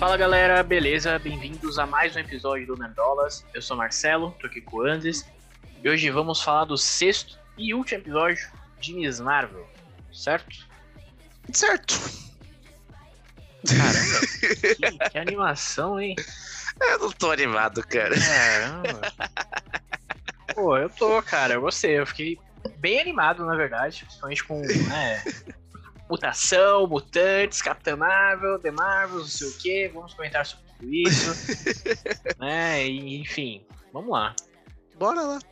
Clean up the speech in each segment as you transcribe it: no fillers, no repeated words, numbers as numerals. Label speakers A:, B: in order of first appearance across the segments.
A: Fala galera, beleza? Bem-vindos a mais um episódio do Nerdolas. Eu sou Marcelo, tô aqui com o Andes e hoje vamos falar do sexto e último episódio de Miss Marvel, certo?
B: Certo.
A: Caramba, que animação, hein?
B: Eu não tô animado, cara.
A: Caramba. Pô, eu tô, cara, eu gostei, eu fiquei bem animado, na verdade, principalmente com, mutação, mutantes, Capitã Marvel, The Marvels, não sei o que, vamos comentar sobre tudo isso, né, e, enfim, vamos lá.
B: Bora lá.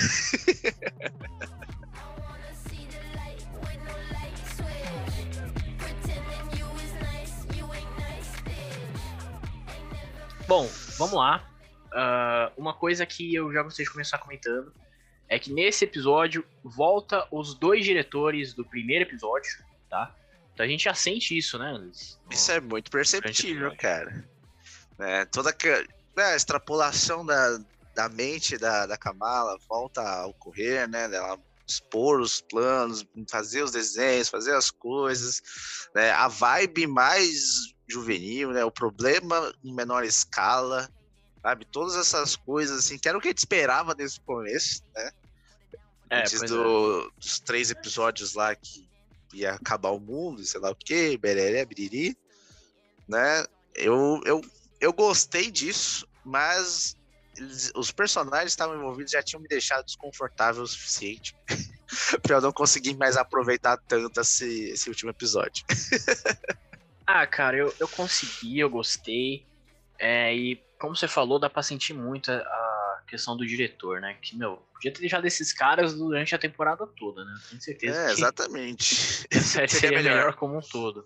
A: Bom, vamos lá. Uma coisa que eu já gostei de começar comentando é que nesse episódio volta os dois diretores do primeiro episódio, tá? Então a gente já sente isso, né?
B: Isso é muito perceptível, cara. Toda a extrapolação da mente da Kamala volta a ocorrer, né? Ela expor os planos, fazer os desenhos, fazer as coisas, né? A vibe mais juvenil, né? O problema em menor escala, sabe? Todas essas coisas, assim, que era o que a gente esperava desde o começo, né? Antes dos 3 episódios lá que ia acabar o mundo, sei lá o que, bereré, biriri, né? Eu gostei disso, mas os personagens que estavam envolvidos já tinham me deixado desconfortável o suficiente pra eu não conseguir mais aproveitar tanto esse último episódio.
A: Cara, eu consegui, eu gostei. E como você falou, dá pra sentir muito a questão do diretor, né? Que, podia ter deixado esses caras durante a temporada toda, né? Tenho certeza que
B: exatamente.
A: a série seria melhor como um todo.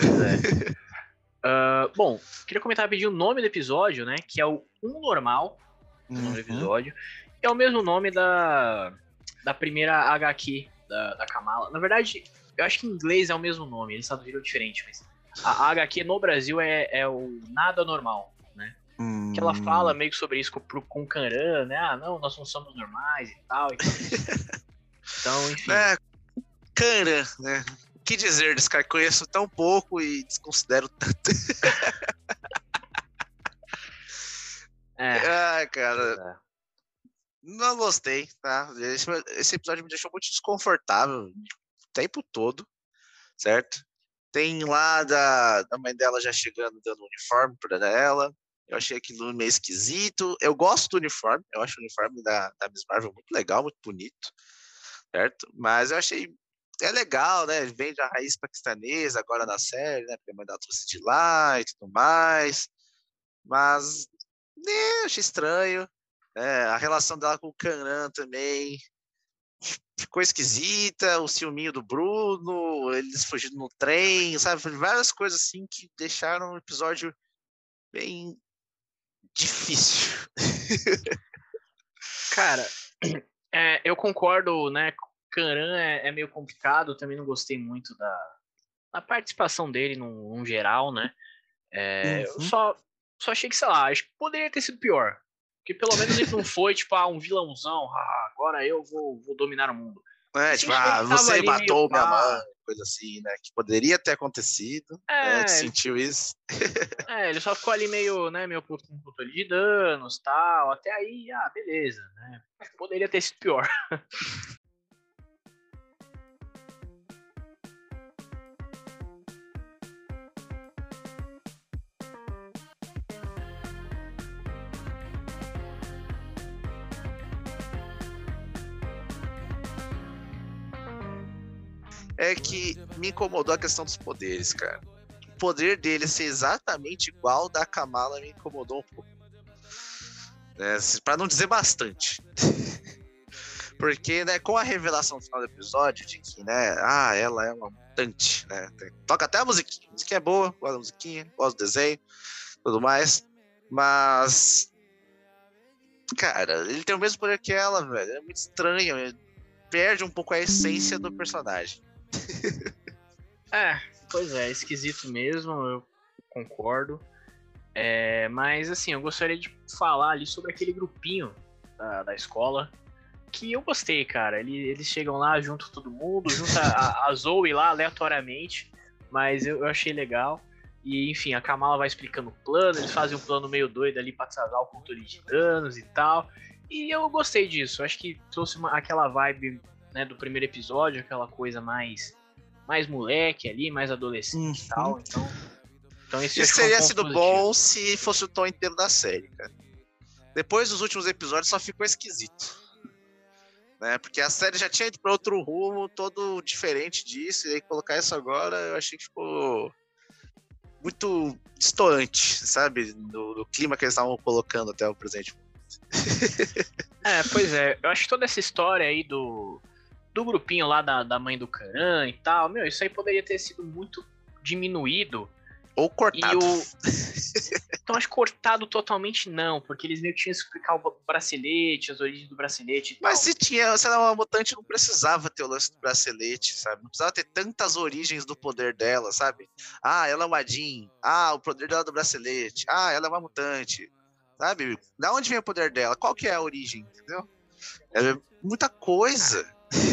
A: Bom, queria comentar rapidinho o nome do episódio, né? Que é o Um Normal, o nome do episódio. É o mesmo nome da primeira HQ da Kamala. Na verdade, eu acho que em inglês é o mesmo nome, eles traduziram diferente, mas a HQ no Brasil é o Nada Normal, né? Que ela fala meio que sobre isso com o Karan, né? Não, nós não somos normais e tal. Então, enfim.
B: Karan, né? O que dizer desse cara? Conheço tão pouco e desconsidero tanto. Cara. Não gostei, tá? Esse episódio me deixou muito desconfortável o tempo todo, certo? Tem lá da mãe dela já chegando dando uniforme pra ela. Eu achei aquilo meio esquisito. Eu gosto do uniforme. Eu acho o uniforme da Miss Marvel muito legal, muito bonito, certo? Mas eu achei... É legal, né? Vem da raiz paquistanesa agora na série, né? Porque a mãe dela trouxe de lá e tudo mais. Mas... achei estranho. A relação dela com o Karan também ficou esquisita, o ciúminho do Bruno, eles fugindo no trem, sabe? Várias coisas assim que deixaram o episódio bem difícil.
A: Cara, eu concordo, né? Karan é meio complicado, também não gostei muito da participação dele no geral, né? Eu só achei que, sei lá, acho que poderia ter sido pior. Porque pelo menos ele não foi, tipo, um vilãozão, agora eu vou dominar o mundo.
B: Você matou minha mãe, coisa assim, né? Que poderia ter acontecido, né? Que sentiu isso.
A: Ele só ficou ali meio com controle de danos e tal. Até aí, beleza, né? Poderia ter sido pior.
B: É que me incomodou a questão dos poderes, cara. O poder dele ser exatamente igual ao da Kamala me incomodou um pouco. Pra não dizer bastante. Porque, né, com a revelação no final do episódio de que, né, ela é uma mutante, né? Toca até a musiquinha. A musiquinha é boa, gosto da musiquinha, gosto do desenho, tudo mais. Mas, cara, ele tem o mesmo poder que ela, velho. É muito estranho. Ele perde um pouco a essência do personagem.
A: Pois é, esquisito mesmo, eu concordo. Mas assim, eu gostaria de falar ali sobre aquele grupinho da escola, que eu gostei, cara. Eles chegam lá, junto todo mundo, junta a Zoe lá aleatoriamente, mas eu achei legal. E, enfim, a Kamala vai explicando o plano, eles fazem um plano meio doido ali pra desarmar o controle de danos e tal. E eu gostei disso, acho que trouxe aquela vibe, né, do primeiro episódio, aquela coisa mais moleque ali, mais adolescente e tal. Então
B: isso teria sido bom se fosse o tom inteiro da série, cara. Depois dos últimos episódios só ficou esquisito. Né? Porque a série já tinha ido pra outro rumo, todo diferente disso, e aí colocar isso agora, eu achei que ficou muito distoante, sabe? Do clima que eles estavam colocando até o presente.
A: Pois é, eu acho que toda essa história aí do grupinho lá da mãe do Khan e tal, isso aí poderia ter sido muito diminuído.
B: Ou cortado.
A: Então acho que cortado totalmente não, porque eles meio que tinham que explicar o bracelete, as origens do bracelete e tal.
B: Mas se era uma mutante, não precisava ter o lance do bracelete, sabe? Não precisava ter tantas origens do poder dela, sabe? Ah, ela é uma Jean. Ah, o poder dela é do bracelete. Ah, ela é uma mutante. Sabe? Da onde vem o poder dela? Qual que é a origem, entendeu? É muita coisa.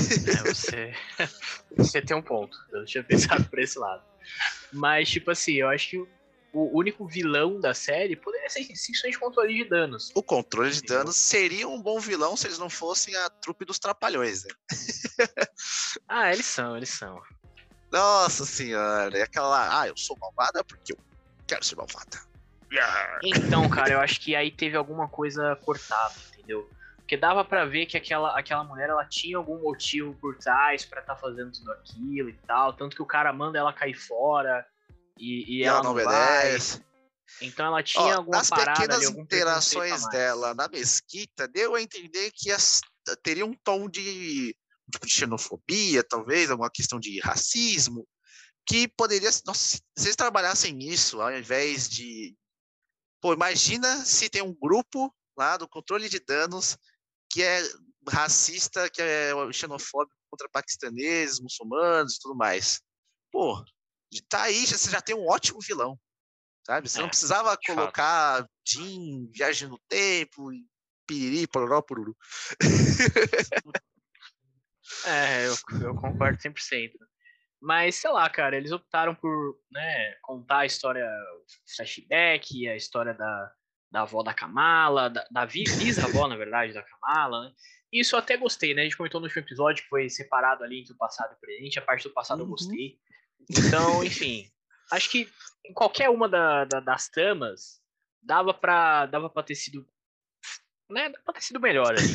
A: Você tem um ponto. Eu não tinha pensado por esse lado. Mas, tipo assim, eu acho que o único vilão da série poderia ser simplesmente controle de danos.
B: O controle de danos seria um bom vilão se eles não fossem a trupe dos trapalhões, né?
A: Eles são.
B: Nossa senhora, é aquela lá, eu sou malvada porque eu quero ser malvada.
A: Então, cara, eu acho que aí teve alguma coisa cortada, entendeu? Porque dava pra ver que aquela mulher, ela tinha algum motivo por trás pra estar fazendo tudo aquilo e tal. Tanto que o cara manda ela cair fora e ela não obedece. Então ela tinha alguma parada ali, algum
B: interações dela na mesquita, deu a entender que teria um tom de xenofobia, talvez, alguma questão de racismo, que poderia... Nossa, se eles trabalhassem isso, ao invés de... Pô, imagina se tem um grupo lá do controle de danos que é racista, que é xenofóbico contra paquistaneses, muçulmanos e tudo mais. Pô, tá aí, você já tem um ótimo vilão, sabe? Você não precisava colocar Jean, viagem no tempo, piriri, pororó, pururu.
A: Eu concordo 100%. Mas, sei lá, cara, eles optaram por, né, contar a história, o flashback, a história da avó da Kamala, da bisavó, na verdade, da Kamala, né? Isso eu até gostei, né? A gente comentou no último episódio que foi separado ali entre o passado e o presente. A parte do passado eu gostei. Então, enfim, acho que em qualquer uma das tramas dava pra ter sido, né? Dava pra ter sido melhor ali.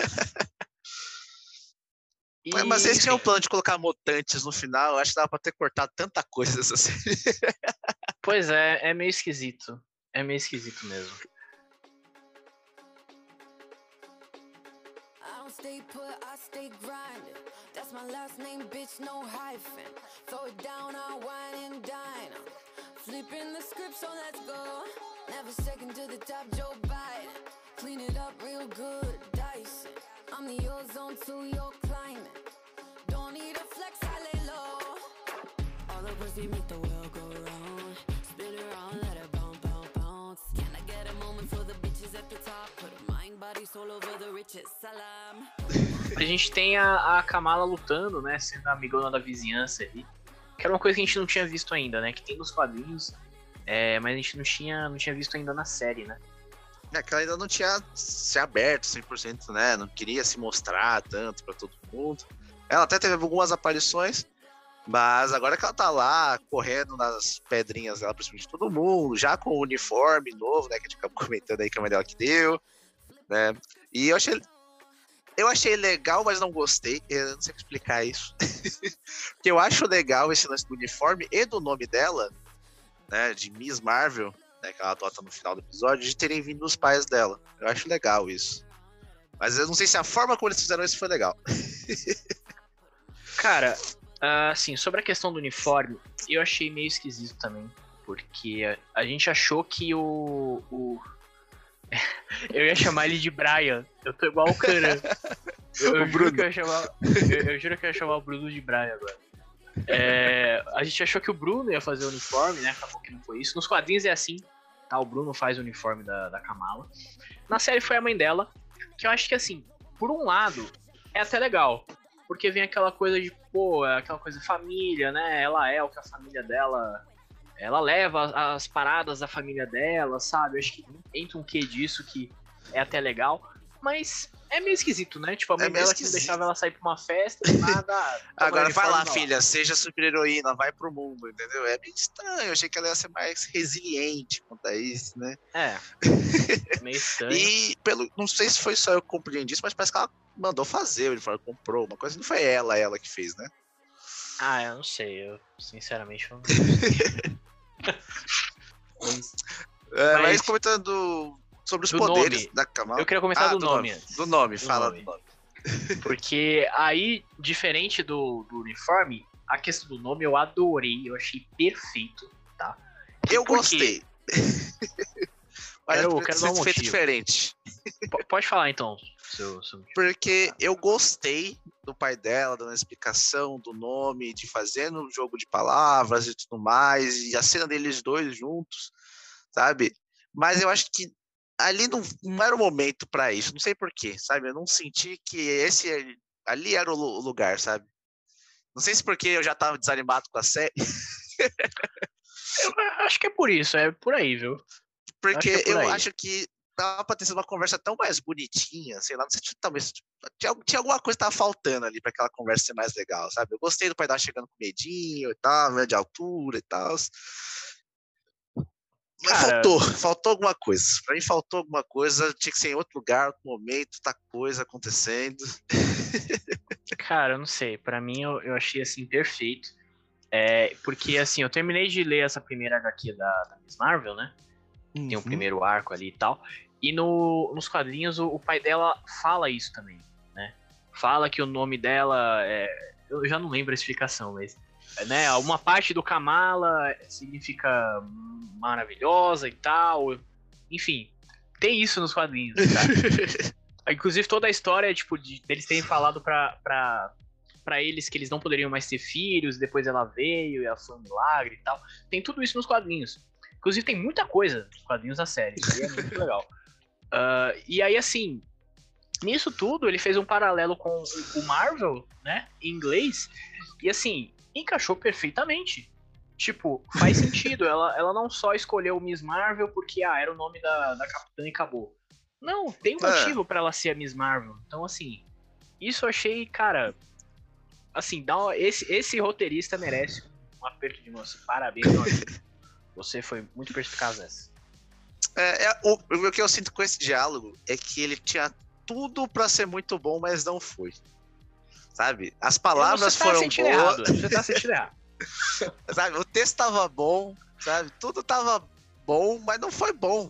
B: Mas esse é o plano de colocar mutantes no final. Eu acho que dava pra ter cortado tanta coisa dessa série.
A: Pois é meio esquisito. É meio esquisito mesmo. Stay put, I stay grinding. That's my last name, bitch, no hyphen. Throw it down, I wine and dine. Flipping the script, so let's go. Never second to the top, Joe Biden. Clean it up real good, Dyson. I'm the ozone to your climate. Don't need a flex, I lay low. All the pussy make the world go round. Spin around, let it bounce, bounce, bounce. Can I get a moment for the bitches at the top? Put a mind, body, soul over the riches, salam. A gente tem a Kamala lutando, né, sendo a amigona da vizinhança ali. Que era uma coisa que a gente não tinha visto ainda, né, que tem nos quadrinhos, mas a gente não tinha visto ainda na série, né.
B: Que ela ainda não tinha se aberto 100%, né, não queria se mostrar tanto pra todo mundo. Ela até teve algumas aparições, mas agora que ela tá lá, correndo nas pedrinhas dela, principalmente todo mundo, já com o uniforme novo, né, que a gente acabou comentando aí que a mãe dela que deu, né, e eu achei legal, mas não gostei. Eu não sei explicar isso. Porque eu acho legal esse lance do uniforme e do nome dela, né, de Miss Marvel, né, que ela adota no final do episódio, de terem vindo os pais dela. Eu acho legal isso. Mas eu não sei se a forma como eles fizeram isso foi legal.
A: Cara, assim, sobre a questão do uniforme, eu achei meio esquisito também. Porque a gente achou que eu ia chamar ele de Brian. Eu tô igual o Khan. Eu juro que eu ia chamar o Bruno de Brian agora. A gente achou que o Bruno ia fazer o uniforme, né? Acabou que não foi isso. Nos quadrinhos é assim, tá? O Bruno faz o uniforme da Kamala. Na série foi a mãe dela. Que eu acho que, assim, por um lado, é até legal. Porque vem aquela coisa de, pô, aquela coisa de família, né? Ela é o que a família dela Ela leva as paradas da família dela, sabe? Eu acho que entra um quê disso que é até legal. Mas é meio esquisito, né? Tipo, a
B: É
A: mãe
B: meio
A: dela que não
B: esquisito.
A: deixava ela sair pra uma festa, do nada, toma o
B: Agora vai
A: uniforme e
B: lá,
A: vai lá.
B: filha, seja super-heroína, vai pro mundo, entendeu? É meio estranho, eu achei que ela ia ser mais resiliente quanto a isso, né?
A: É meio estranho.
B: E não sei se foi só eu que compreendi isso, mas parece que ela mandou fazer, ele falou, comprou uma coisa, não foi ela que fez, né?
A: Ah, eu não sei, eu sinceramente eu não sei.
B: Mas
A: Mas
B: comentando sobre os
A: do
B: poderes
A: nome,
B: da Kamala.
A: eu queria comentar do
B: Do nome.
A: nome antes.
B: Do nome,
A: Do
B: fala do
A: nome.
B: nome.
A: Porque aí, diferente do uniforme, a questão do nome eu adorei, eu achei perfeito, tá?
B: Eu
A: Por quê?
B: gostei. Mas eu
A: Quero dar
B: ser
A: um
B: feito
A: motivo.
B: diferente.
A: Pode falar então, seu
B: Porque eu gostei do pai dela, dando a explicação do nome, de fazer no jogo de palavras e tudo mais, e a cena deles dois juntos, sabe? Mas eu acho que ali não era o momento para isso, não sei porquê, sabe? Eu não senti que ali era o lugar, sabe? Não sei se porque eu já tava desanimado com a série,
A: Eu acho que é por isso, é por aí, viu? Eu acho que é
B: porque
A: por
B: eu
A: aí.
B: acho que dava pra ter sido uma conversa tão mais bonitinha, sei lá, não sei se talvez tinha alguma coisa que tava faltando ali pra aquela conversa ser mais legal, sabe? Eu gostei do pai dela chegando com medinho e tal, meio de altura e tal. Mas
A: Cara,
B: faltou alguma coisa. Pra mim faltou alguma coisa, tinha que ser em outro lugar, outro momento, tá coisa acontecendo.
A: eu não sei, pra mim eu achei assim perfeito. Porque assim, eu terminei de ler essa primeira HQ da Miss Marvel, né? Tem o primeiro arco ali e tal. E nos quadrinhos o pai dela fala isso também, né? Fala que o nome dela eu já não lembro a explicação, mas né, uma parte do Kamala significa maravilhosa e tal. Enfim, tem isso nos quadrinhos, sabe? Inclusive toda a história, tipo, deles terem falado pra eles que eles não poderiam mais ter filhos, depois ela veio e ela foi um milagre e tal. Tem tudo isso nos quadrinhos. Inclusive tem muita coisa nos quadrinhos da série, e é muito legal. E aí, assim, nisso tudo, ele fez um paralelo com o Marvel, né, em inglês, e assim, encaixou perfeitamente. Tipo, faz sentido, ela não só escolheu Miss Marvel porque, era o nome da Capitã e acabou. Não, tem um motivo pra ela ser a Miss Marvel. Então, assim, isso eu achei, cara, assim, esse roteirista merece um aperto de mão. Assim, parabéns, meu amigo. Você foi muito perspicaz nessa.
B: O que eu sinto com esse diálogo é que ele tinha tudo pra ser muito bom, mas não foi. Sabe? As palavras foram boas.
A: Errado, você tá sentindo errado.
B: Sabe? O texto tava bom, sabe? Tudo tava bom, mas não foi bom.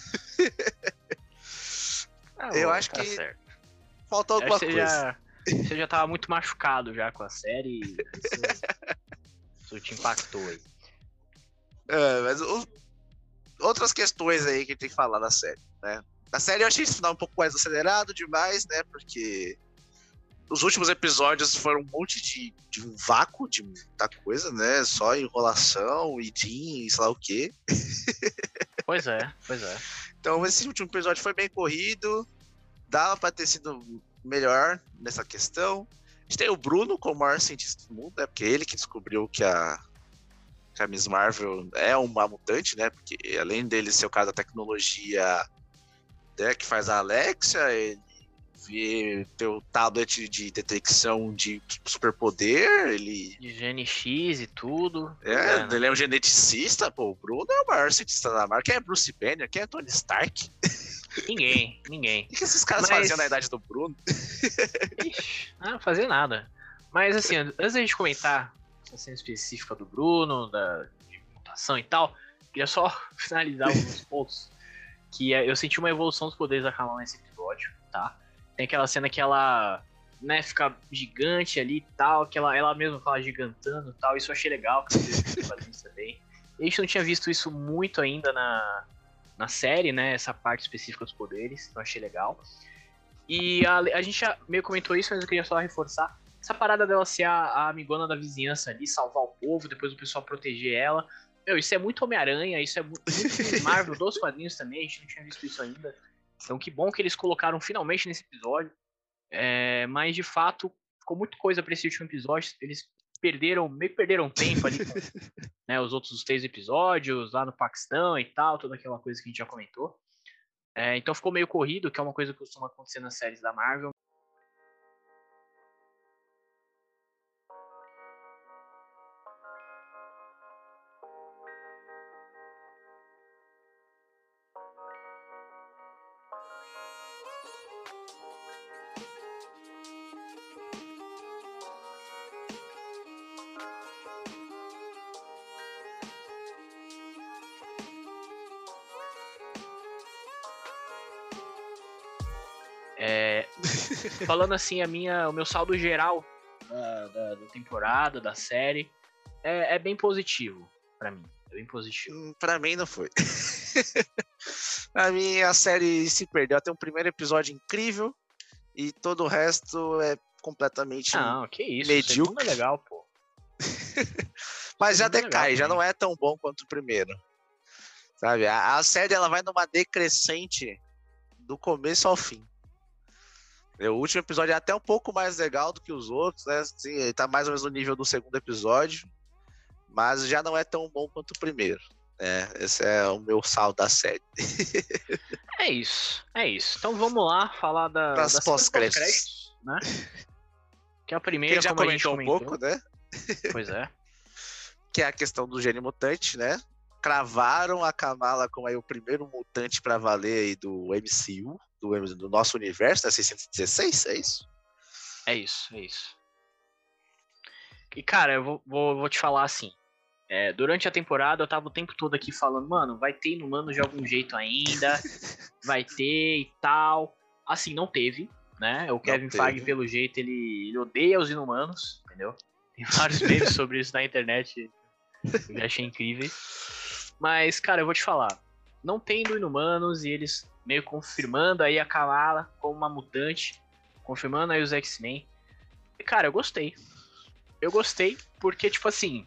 B: Eu acho que
A: certo.
B: faltou alguma coisa.
A: Você já tava muito machucado já com a série. Isso te impactou aí.
B: Mas outras questões aí que a gente tem que falar da série, né? Na série eu achei esse final um pouco mais acelerado demais, né? Porque os últimos episódios foram um monte de um vácuo de muita coisa, né? Só enrolação e Jean, sei lá o quê.
A: Pois é.
B: Então esse último episódio foi bem corrido, dava pra ter sido melhor nessa questão. A gente tem o Bruno como o maior cientista do mundo, né? Porque ele que descobriu que a Miss Marvel é uma mutante, né? Porque além dele ser o cara da tecnologia, né, que faz a Alexia, ele vê ter o tablet de detecção de superpoder, ele...
A: De GNX e tudo.
B: Ele é um geneticista, pô, o Bruno é o maior cientista da marca. Quem é Bruce Banner? Quem é Tony Stark?
A: Ninguém.
B: O que esses caras faziam na idade do Bruno?
A: Ixi, não fazia nada. Mas assim, antes da gente comentar essa cena específica do Bruno, de mutação e tal, queria só finalizar alguns pontos. Que eu senti uma evolução dos poderes da Kamala nesse episódio, tá? Tem aquela cena que ela, né, fica gigante ali e tal, que ela mesma fala gigantando e tal, isso eu achei legal, que vocês fazem isso também. A gente não tinha visto isso muito ainda na série, né, essa parte específica dos poderes, então eu achei legal. E a gente já meio comentou isso, mas eu queria só reforçar. Essa parada dela ser a amigona da vizinhança ali, salvar o povo, depois o pessoal proteger ela. Meu, isso é muito Homem-Aranha, isso é muito Marvel dos quadrinhos também, a gente não tinha visto isso ainda. Então que bom que eles colocaram finalmente nesse episódio. Mas de fato, ficou muita coisa pra esse último episódio. Eles meio que perderam tempo ali com, né, os outros 3 episódios lá no Paquistão e tal, toda aquela coisa que a gente já comentou. Então ficou meio corrido, que é uma coisa que costuma acontecer nas séries da Marvel. Falando assim, o meu saldo geral da temporada, da série, é bem positivo pra mim. É bem positivo.
B: Pra mim não foi. Pra mim a série se perdeu. Tem um primeiro episódio incrível e todo o resto é completamente
A: que isso,
B: medíocre.
A: O segundo é legal, pô.
B: Mas já decai, já não é tão bom quanto o primeiro. Sabe? A série ela vai numa decrescente do começo ao fim. O último episódio é até um pouco mais legal do que os outros, né? Sim, ele tá mais ou menos no nível do segundo episódio, mas já não é tão bom quanto o primeiro. Esse é o meu saldo da série.
A: É isso. Então vamos lá falar das pós-créditos, né? Que é a primeira,
B: que já
A: como
B: comentou
A: a gente comentou
B: um pouco, né?
A: Pois é.
B: Que é a questão do gene mutante, né? Cravaram a Kamala como aí o primeiro mutante pra valer aí do MCU, do nosso universo, né? 616, é isso?
A: É isso. E, cara, eu vou te falar assim. Durante a temporada eu tava o tempo todo aqui falando, mano, vai ter Inumanos de algum jeito ainda, vai ter e tal. Assim, não teve, né? O Kevin Feige, pelo jeito, ele odeia os Inumanos, entendeu? Tem vários memes sobre isso na internet, eu achei incrível. Mas, cara, eu vou te falar, não tendo Inumanos e eles meio confirmando aí a Kamala como uma mutante, confirmando aí os X-Men. E, cara, eu gostei. Porque, tipo assim,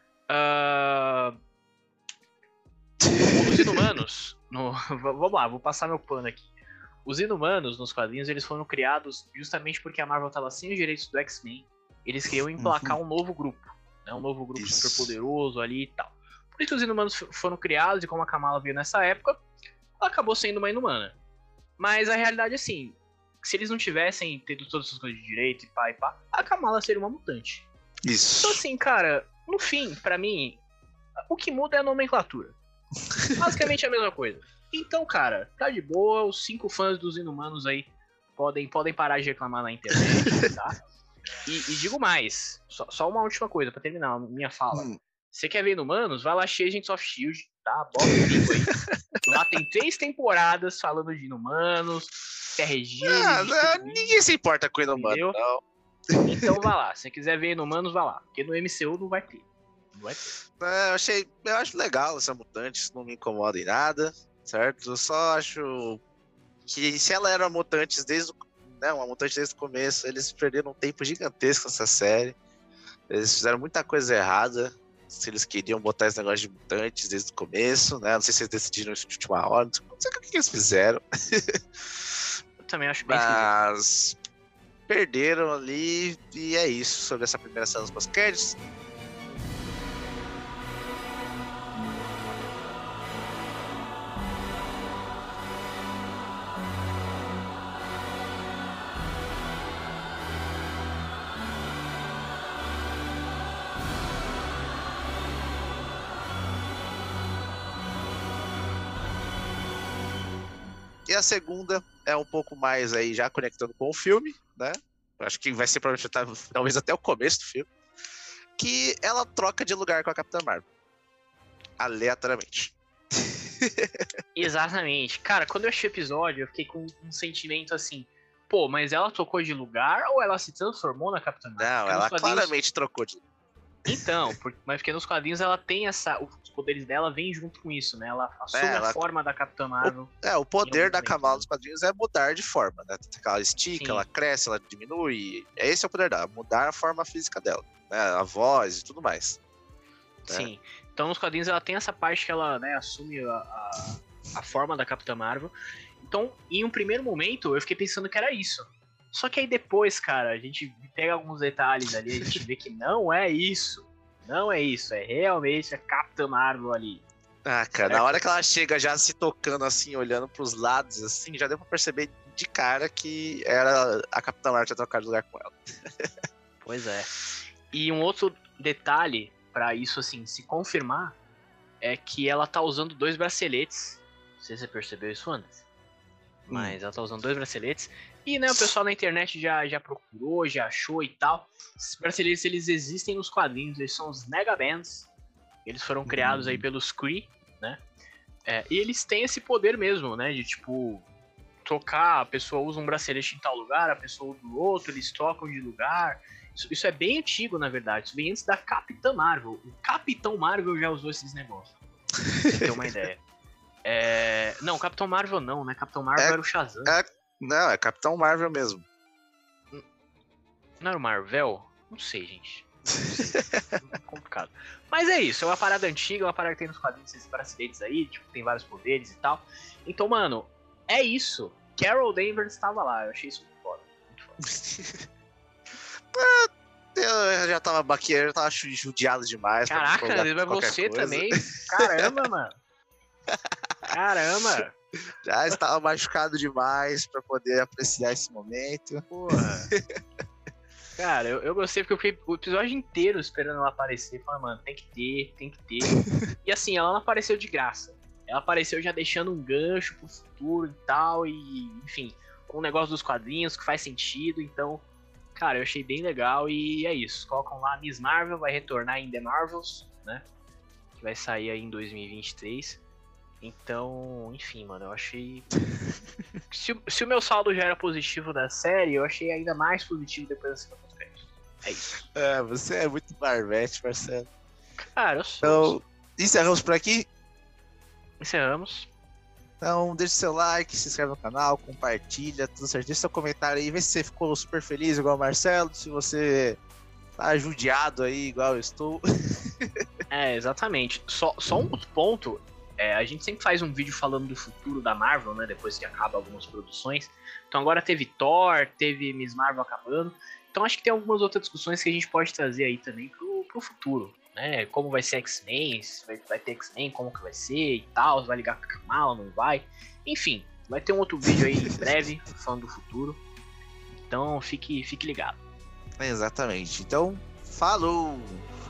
A: os Inumanos, vamos lá, vou passar meu pano aqui. Os Inumanos, nos quadrinhos, eles foram criados justamente porque a Marvel estava sem os direitos do X-Men. Eles queriam emplacar um novo grupo, né? Um novo grupo super poderoso ali e tal. Por isso que os Inumanos foram criados, e como a Kamala veio nessa época, ela acabou sendo uma Inumana. Mas a realidade é assim, se eles não tivessem tido todas essas coisas de direito e pá, a Kamala seria uma mutante.
B: Isso.
A: Então assim, cara, no fim, pra mim, o que muda é a nomenclatura. Basicamente é a mesma coisa. Então, cara, tá de boa, os 5 fãs dos Inumanos aí podem parar de reclamar na internet, tá? E digo mais, só uma última coisa pra terminar a minha fala. Você quer ver Inumanos? Vai lá assistir Agents of S.H.I.E.L.D., tá? Bota o bico aí. Lá tem 3 temporadas falando de Inumanos, Terra-Regime...
B: ninguém se importa com Inumanos, não.
A: Então vai lá, se você quiser ver Inumanos, vai lá. Porque no MCU não vai ter.
B: Eu acho legal essa mutante, isso não me incomoda em nada, certo? Eu só acho que se ela era mutante uma mutante desde o começo, eles perderam um tempo gigantesco nessa série. Eles fizeram muita coisa errada. Se eles queriam botar esse negócio de mutantes desde o começo, né? Não sei se eles decidiram isso de última hora, não sei o que eles fizeram.
A: Eu também acho bem
B: Mas perderam ali, e é isso sobre essa primeira cena dos pós-créditos. E a segunda é um pouco mais aí já conectando com o filme, né? Acho que vai ser provavelmente talvez até o começo do filme. Que ela troca de lugar com a Capitã Marvel. Aleatoriamente.
A: Exatamente. Cara, quando eu achei o episódio, eu fiquei com um sentimento assim, pô, mas ela trocou de lugar ou ela se transformou na Capitã Marvel?
B: Não, ela claramente trocou de lugar.
A: Então, mas porque nos quadrinhos ela tem os poderes dela vêm junto com isso, né? Ela assume a forma da Capitã Marvel.
B: O poder da Kamala nos quadrinhos é mudar de forma, né? Ela estica,
A: Sim.
B: Ela cresce, ela diminui. Esse é o poder dela, mudar a forma física dela, né? A voz e tudo mais. Né?
A: Sim. Então nos quadrinhos ela tem essa parte que ela, né, assume a forma da Capitã Marvel. Então, em um primeiro momento, eu fiquei pensando que era isso. Só que aí depois, cara, a gente pega alguns detalhes ali, a gente vê que não é isso. Não é isso, é realmente a Capitã Marvel ali.
B: Ah, cara,
A: Certo?
B: na hora que ela chega já se tocando assim, olhando pros lados, assim, já deu pra perceber de cara que era a Capitã Marvel tinha trocado de lugar com ela.
A: Pois é. E um outro detalhe pra isso, assim, se confirmar, é que ela tá usando 2 braceletes. Não sei se você percebeu isso antes. Mas ela tá usando 2 braceletes. E, né, o pessoal na internet já procurou, já achou e tal. Esses braceletes, eles existem nos quadrinhos, eles são os Megabands. Eles foram criados aí pelos Kree, né? E eles têm esse poder mesmo, né? De, tipo, trocar, a pessoa usa um bracelete em tal lugar, a pessoa usa o outro, eles trocam de lugar. Isso é bem antigo, na verdade. Isso vem antes da Capitã Marvel. O Capitão Marvel já usou esses negócios. Pra você ter uma ideia. Não, Capitão Marvel não, né? Capitão Marvel era o Shazam.
B: Não, é Capitão Marvel mesmo.
A: Não era o Marvel? Não sei, gente. Não sei. É complicado. Mas é isso, é uma parada antiga, uma parada que tem nos quadrinhos, esses braceletes aí, tipo, tem vários poderes e tal. Então, mano, é isso. Carol Danvers estava lá, eu achei isso muito foda. Muito foda.
B: Eu já tava baqueiro, já tava judiado demais.
A: Caraca, mas você coisa. Também? Caramba, mano. Caramba.
B: Já estava machucado demais pra poder apreciar esse momento.
A: Porra. Cara, eu gostei porque eu fiquei o episódio inteiro esperando ela aparecer. Falei, mano, tem que ter. E assim, ela não apareceu de graça. Ela apareceu já deixando um gancho pro futuro e tal. E, enfim, com o negócio dos quadrinhos que faz sentido. Então, cara, eu achei bem legal. E é isso. Colocam lá Miss Marvel, vai retornar em The Marvels, né? Que vai sair aí em 2023. Então, enfim, mano, eu achei... se o meu saldo já era positivo da série, eu achei ainda mais positivo depois da cena dos créditos. É isso.
B: Você é muito Marvete, Marcelo.
A: Cara, eu sou.
B: Então, encerramos por aqui?
A: Encerramos.
B: Então, deixa seu like, se inscreve no canal, compartilha, tudo certo. Deixa seu comentário aí, vê se você ficou super feliz igual o Marcelo, se você tá judiado aí igual eu estou.
A: Exatamente. Só um outro ponto... a gente sempre faz um vídeo falando do futuro da Marvel, né? Depois que acaba algumas produções. Então agora teve Thor, teve Miss Marvel acabando. Então acho que tem algumas outras discussões que a gente pode trazer aí também pro futuro, né? Como vai ser X-Men, vai ter X-Men, como que vai ser e tal, vai ligar com a Kamala, não vai. Enfim, vai ter um outro vídeo aí em breve falando do futuro. Então fique ligado.
B: Exatamente. Então, falou!